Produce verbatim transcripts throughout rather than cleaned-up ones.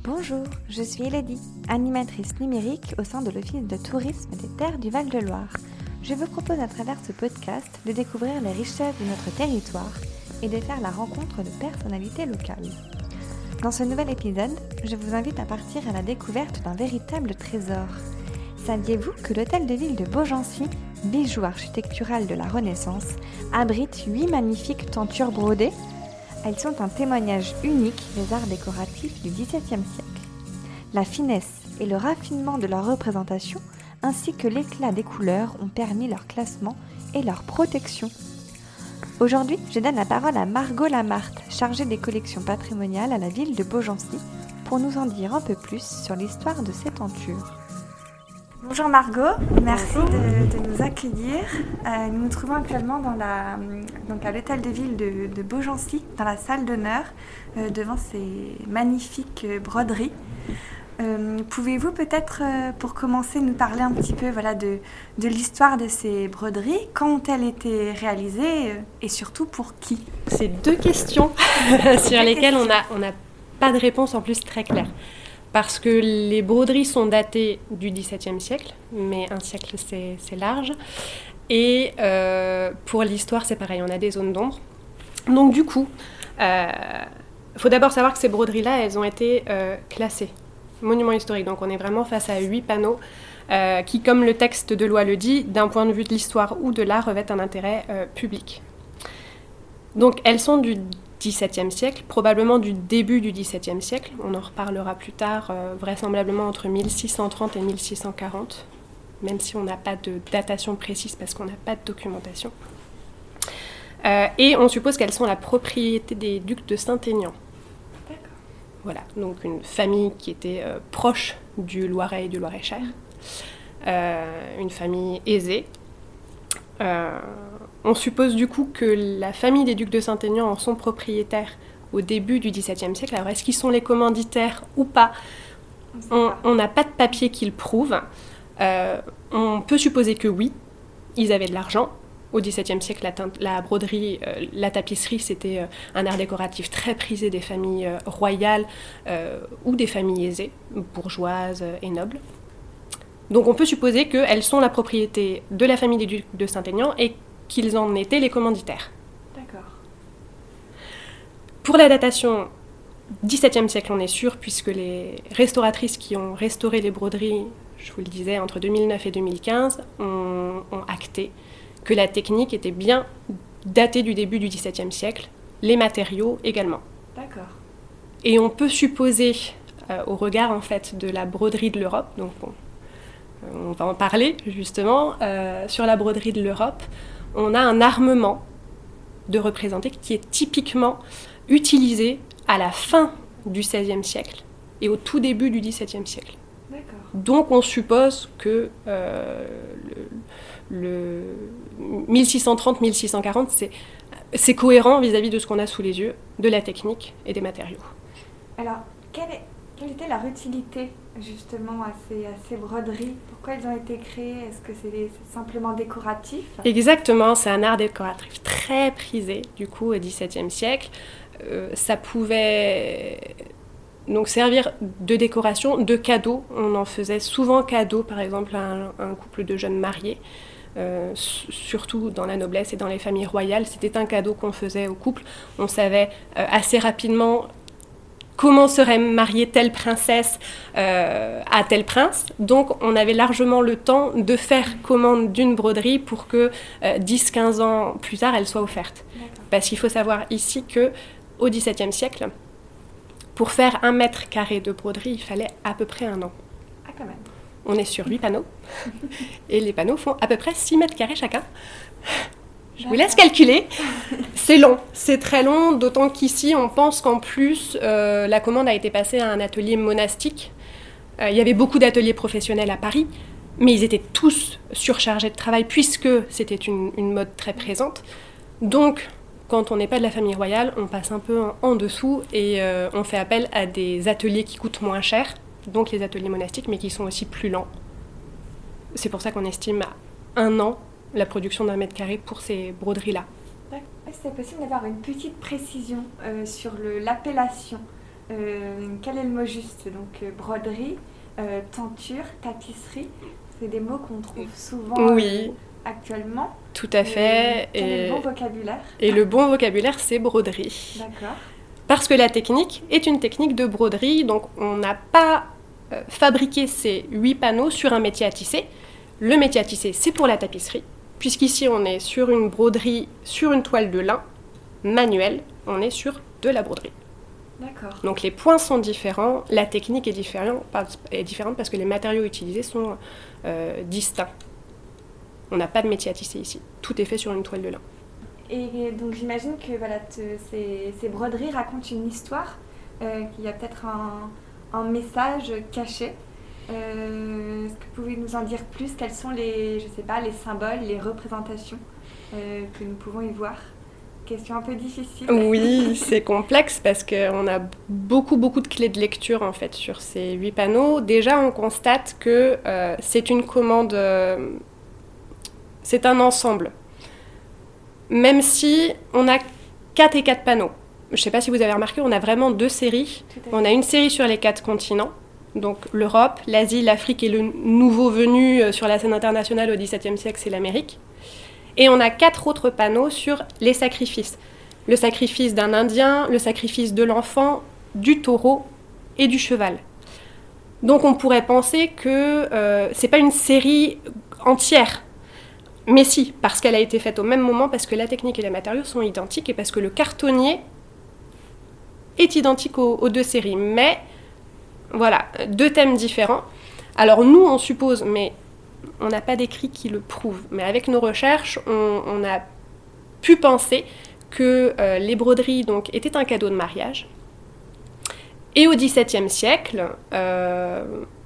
Bonjour, je suis Elodie, animatrice numérique au sein de l'Office de tourisme des Terres du Val-de-Loire. Je vous propose à travers ce podcast de découvrir les richesses de notre territoire et de faire la rencontre de personnalités locales. Dans ce nouvel épisode, je vous invite à partir à la découverte d'un véritable trésor. Saviez-vous que l'hôtel de ville de Beaugency, bijou architectural de la Renaissance, abrite huit magnifiques tentures brodées ? Elles sont un témoignage unique des arts décoratifs du dix-septième siècle. La finesse et le raffinement de leur représentation, ainsi que l'éclat des couleurs, ont permis leur classement et leur protection. Aujourd'hui, je donne la parole à Margot Lamarthe, chargée des collections patrimoniales à la ville de Beaugency, pour nous en dire un peu plus sur l'histoire de ces tentures. Bonjour Margot, merci de, de nous accueillir. Euh, nous nous trouvons actuellement dans la, donc à l'hôtel de ville de, de Beaugency, dans la salle d'honneur, euh, devant ces magnifiques broderies. Euh, pouvez-vous peut-être, euh, pour commencer, nous parler un petit peu voilà, de, de l'histoire de ces broderies, quand ont-elles été réalisées euh, et surtout pour qui ? C'est deux questions sur deux lesquelles questions. on n'a pas de réponse en plus très claire. Parce que les broderies sont datées du dix-septième siècle, mais un siècle c'est, c'est large. Et euh, pour l'histoire, c'est pareil, on a des zones d'ombre. Donc du coup, il euh, faut d'abord savoir que ces broderies-là, elles ont été euh, classées monuments historiques. Donc on est vraiment face à huit panneaux euh, qui, comme le texte de loi le dit, d'un point de vue de l'histoire ou de l'art, revêtent un intérêt euh, public. Donc elles sont du dix-septième siècle, probablement du début du dix-septième siècle. On en reparlera plus tard, euh, vraisemblablement entre mille six cent trente et mille six cent quarante, même si on n'a pas de datation précise parce qu'on n'a pas de documentation. Euh, et on suppose qu'elles sont la propriété des ducs de Saint-Aignan. D'accord. Voilà, donc une famille qui était euh, proche du Loiret et du Loiret-Cher, euh, une famille aisée. Euh, On suppose du coup que la famille des ducs de Saint-Aignan en sont propriétaires au début du dix-septième siècle. Alors est-ce qu'ils sont les commanditaires ou pas ? On n'a pas de papier qui le prouve. Euh, on peut supposer que oui, ils avaient de l'argent. Au dix-septième siècle, la, teinte, la broderie, euh, la tapisserie, c'était euh, un art décoratif très prisé des familles euh, royales euh, ou des familles aisées, bourgeoises et nobles. Donc on peut supposer qu'elles sont la propriété de la famille des ducs de Saint-Aignan et qu'ils en étaient les commanditaires. D'accord. Pour la datation, dix-septième siècle, on est sûr, puisque les restauratrices qui ont restauré les broderies, je vous le disais, entre deux mille neuf et deux mille quinze, ont, ont acté que la technique était bien datée du début du dix-septième siècle, les matériaux également. D'accord. Et on peut supposer, euh, au regard en fait de la broderie de l'Europe, donc bon, on va en parler justement, euh, sur la broderie de l'Europe, on a un armement de représenté qui est typiquement utilisé à la fin du seizième siècle et au tout début du dix-septième siècle. D'accord. Donc on suppose que euh, le, le mille six cent trente mille six cent quarante, c'est, c'est cohérent vis-à-vis de ce qu'on a sous les yeux, de la technique et des matériaux. Alors, quelle, est, quelle était leur utilité justement à ces, à ces broderies ? Pourquoi elles ont été créées ? Est-ce que c'est, c'est simplement décoratif ? Exactement, c'est un art décoratif très prisé du coup au dix-septième siècle. Euh, ça pouvait donc servir de décoration, de cadeau. On en faisait souvent cadeau, par exemple, à un, un couple de jeunes mariés. Euh, surtout dans la noblesse et dans les familles royales, c'était un cadeau qu'on faisait au couple. On savait euh, assez rapidement comment serait mariée telle princesse euh, à tel prince. Donc on avait largement le temps de faire commande d'une broderie pour que euh, dix à quinze ans plus tard, elle soit offerte. D'accord. Parce qu'il faut savoir ici qu'au dix-septième siècle, pour faire un mètre carré de broderie, il fallait à peu près un an. Ah, quand même. On est sur huit panneaux, et les panneaux font à peu près six mètres carrés chacun. Je vous laisse calculer. C'est long, c'est très long, d'autant qu'ici, on pense qu'en plus, euh, la commande a été passée à un atelier monastique. Euh, il y avait beaucoup d'ateliers professionnels à Paris, mais ils étaient tous surchargés de travail, puisque c'était une, une mode très présente. Donc, quand on n'est pas de la famille royale, on passe un peu en, en dessous et euh, on fait appel à des ateliers qui coûtent moins cher, donc les ateliers monastiques, mais qui sont aussi plus lents. C'est pour ça qu'on estime à un an la production d'un mètre carré pour ces broderies-là. Est-ce que c'est possible d'avoir une petite précision euh, sur le, l'appellation euh, quel est le mot juste? Donc euh, broderie, euh, tenture, tapisserie, c'est des mots qu'on trouve souvent oui. euh, actuellement. Tout à fait. Et, quel et... est le bon vocabulaire? Et le bon vocabulaire, c'est broderie. D'accord. Parce que la technique est une technique de broderie, donc on n'a pas euh, fabriqué ces huit panneaux sur un métier à tisser. Le métier à tisser, c'est pour la tapisserie, puisqu'ici on est sur une broderie, sur une toile de lin manuelle, on est sur de la broderie. D'accord. Donc les points sont différents, la technique est différente, est différente parce que les matériaux utilisés sont euh, distincts. On n'a pas de métier à tisser ici, tout est fait sur une toile de lin. Et donc j'imagine que voilà, te, ces, ces broderies racontent une histoire, euh, qu'il y a peut-être un, un message caché. Euh, est-ce que vous pouvez nous en dire plus? Quels sont les, je sais pas, les symboles, les représentations euh, que nous pouvons y voir? Question un peu difficile. Oui, c'est complexe parce qu'on a beaucoup, beaucoup de clés de lecture en fait sur ces huit panneaux. Déjà, on constate que euh, c'est une commande, euh, c'est un ensemble. Même si on a quatre et quatre panneaux. Je ne sais pas si vous avez remarqué, on a vraiment deux séries. On a une série sur les quatre continents, donc l'Europe, l'Asie, l'Afrique et le nouveau venu sur la scène internationale au dix-septième siècle, c'est l'Amérique. Et on a quatre autres panneaux sur les sacrifices. Le sacrifice d'un Indien, le sacrifice de l'enfant, du taureau et du cheval. Donc on pourrait penser que euh, ce n'est pas une série entière. Mais si, parce qu'elle a été faite au même moment, parce que la technique et les matériaux sont identiques et parce que le cartonnier est identique aux, aux deux séries. Mais voilà, deux thèmes différents. Alors nous, on suppose, mais on n'a pas d'écrit qui le prouve, mais avec nos recherches, on, on a pu penser que euh, les broderies donc, étaient un cadeau de mariage. Et au dix-septième siècle, euh,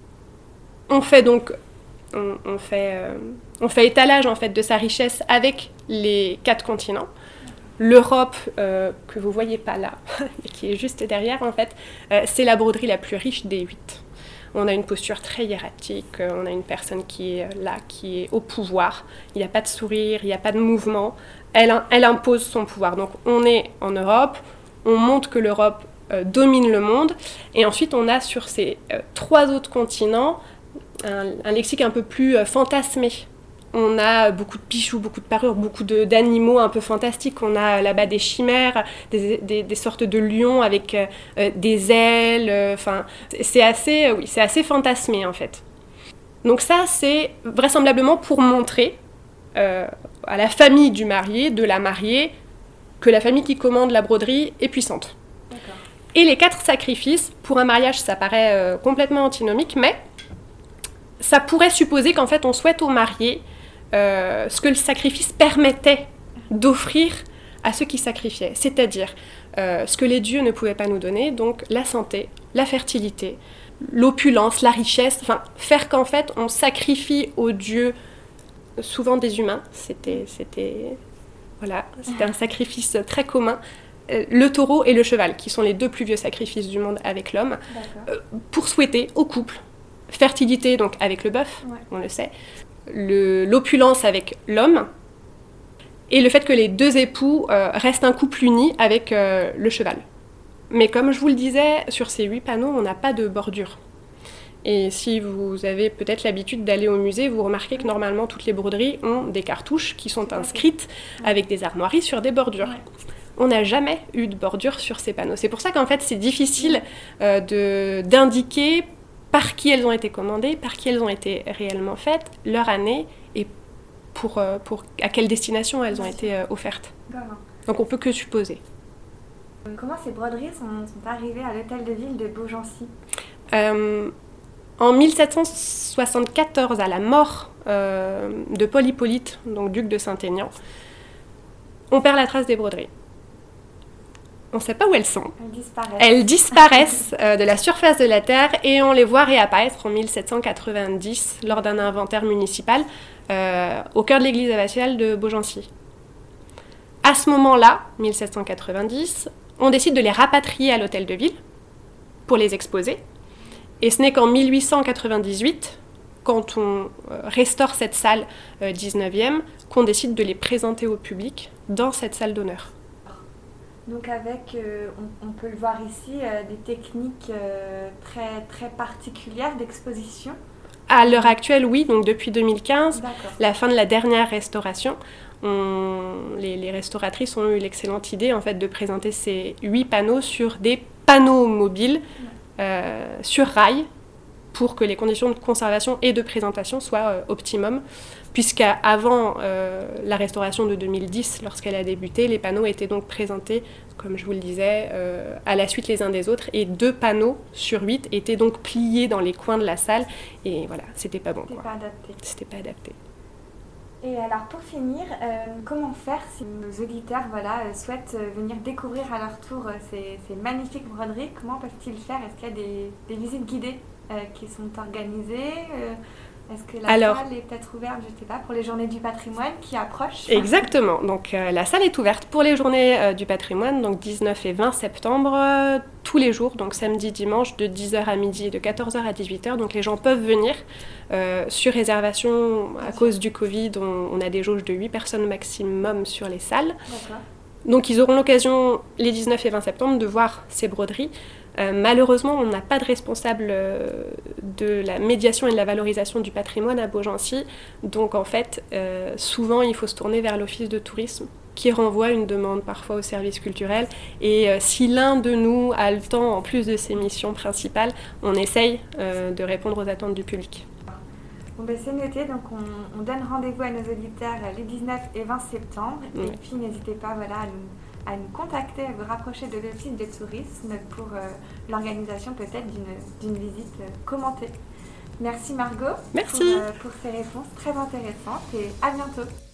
on fait donc on, on, fait, euh, on fait étalage en fait, de sa richesse avec les quatre continents. L'Europe, euh, que vous ne voyez pas là, qui est juste derrière, en fait, euh, c'est la broderie la plus riche des huit. On a une posture très hiératique, on a une personne qui est là, qui est au pouvoir. Il n'y a pas de sourire, il n'y a pas de mouvement. Elle, elle impose son pouvoir. Donc on est en Europe, on montre que l'Europe euh, domine le monde. Et ensuite, on a sur ces euh, trois autres continents un, un lexique un peu plus euh, fantasmé. On a beaucoup de bijoux, beaucoup de parures, beaucoup de, d'animaux un peu fantastiques. On a là-bas des chimères, des, des, des sortes de lions avec euh, des ailes. Enfin, euh, c'est assez, euh, oui, c'est assez fantasmé en fait. Donc ça, c'est vraisemblablement pour montrer euh, à la famille du marié, de la mariée, que la famille qui commande la broderie est puissante. D'accord. Et les quatre sacrifices, pour un mariage, ça paraît euh, complètement antinomique, mais ça pourrait supposer qu'en fait, on souhaite au marié Euh, ce que le sacrifice permettait d'offrir à ceux qui sacrifiaient, c'est-à-dire euh, ce que les dieux ne pouvaient pas nous donner, donc la santé, la fertilité, l'opulence, la richesse, enfin faire qu'en fait on sacrifie aux dieux, souvent des humains, c'était, c'était, voilà, c'était un sacrifice très commun, euh, le taureau et le cheval, qui sont les deux plus vieux sacrifices du monde avec l'homme, euh, pour souhaiter au couple, fertilité donc avec le bœuf, ouais. On le sait, Le, l'opulence avec l'homme et le fait que les deux époux euh, restent un couple uni avec euh, le cheval. Mais comme je vous le disais, sur ces huit panneaux, on n'a pas de bordure. Et si vous avez peut-être l'habitude d'aller au musée, vous remarquez que normalement toutes les broderies ont des cartouches qui sont inscrites avec des armoiries sur des bordures. On n'a jamais eu de bordure sur ces panneaux. C'est pour ça qu'en fait c'est difficile euh, de, d'indiquer par qui elles ont été commandées, par qui elles ont été réellement faites, leur année et pour, euh, pour à quelle destination elles ont été euh, offertes. D'accord. Donc on peut que supposer. Comment ces broderies sont, sont arrivées à l'hôtel de ville de Beaugency ? euh, En dix-sept cent soixante-quatorze, à la mort euh, de Paul Hippolyte, donc duc de Saint-Aignan, on perd la trace des broderies. On ne sait pas où elles sont. Elles disparaissent. Elles disparaissent euh, de la surface de la Terre et on les voit réapparaître en dix-sept cent quatre-vingt-dix lors d'un inventaire municipal euh, au cœur de l'église abbatiale de Beaugency. À ce moment-là, dix-sept cent quatre-vingt-dix, on décide de les rapatrier à l'hôtel de ville pour les exposer. Et ce n'est qu'en dix-huit cent quatre-vingt-dix-huit, quand on restaure cette salle euh, dix-neuvième, qu'on décide de les présenter au public dans cette salle d'honneur. Donc avec, euh, on, on peut le voir ici, euh, des techniques euh, très, très particulières d'exposition. À l'heure actuelle, oui, donc depuis deux mille quinze, D'accord. la fin de la dernière restauration, on, les, les restauratrices ont eu l'excellente idée en fait, de présenter ces huit panneaux sur des panneaux mobiles euh, sur rail pour que les conditions de conservation et de présentation soient euh, optimum. Puisqu'avant euh, la restauration de deux mille dix, lorsqu'elle a débuté, les panneaux étaient donc présentés, comme je vous le disais, euh, à la suite les uns des autres, et deux panneaux sur huit étaient donc pliés dans les coins de la salle, et voilà, c'était pas bon. C'était Quoi. pas adapté. C'était pas adapté. Et alors pour finir, euh, comment faire si nos auditeurs voilà, euh, souhaitent euh, venir découvrir à leur tour euh, ces, ces magnifiques broderies? Comment peuvent-ils faire? Est-ce qu'il y a des, des visites guidées euh, qui sont organisées? euh, Est-ce que la Alors, salle est peut-être ouverte, je ne sais pas, pour les journées du patrimoine qui approchent? Exactement. Donc euh, la salle est ouverte pour les journées euh, du patrimoine, donc dix-neuf et vingt septembre, euh, tous les jours, donc samedi, dimanche, de dix heures à midi et de quatorze heures à dix-huit heures. Donc les gens peuvent venir euh, sur réservation. À cause du Covid, on, on a des jauges de huit personnes maximum sur les salles. D'accord. Donc ils auront l'occasion, les dix-neuf et vingt septembre, de voir ces broderies. Euh, malheureusement, on n'a pas de responsable euh, de la médiation et de la valorisation du patrimoine à Beaugency. Donc en fait, euh, souvent, il faut se tourner vers l'office de tourisme qui renvoie une demande parfois au service culturel. Et euh, si l'un de nous a le temps, en plus de ses missions principales, on essaye euh, de répondre aux attentes du public. Bon ben c'est noté, donc on, on donne rendez-vous à nos auditeurs les dix-neuf et vingt septembre. Oui. Et puis n'hésitez pas voilà, à nous à nous contacter, à vous rapprocher de l'office de tourisme pour euh, l'organisation peut-être d'une, d'une visite euh, commentée. Merci Margot. Merci. Pour, euh, pour ces réponses très intéressantes et à bientôt.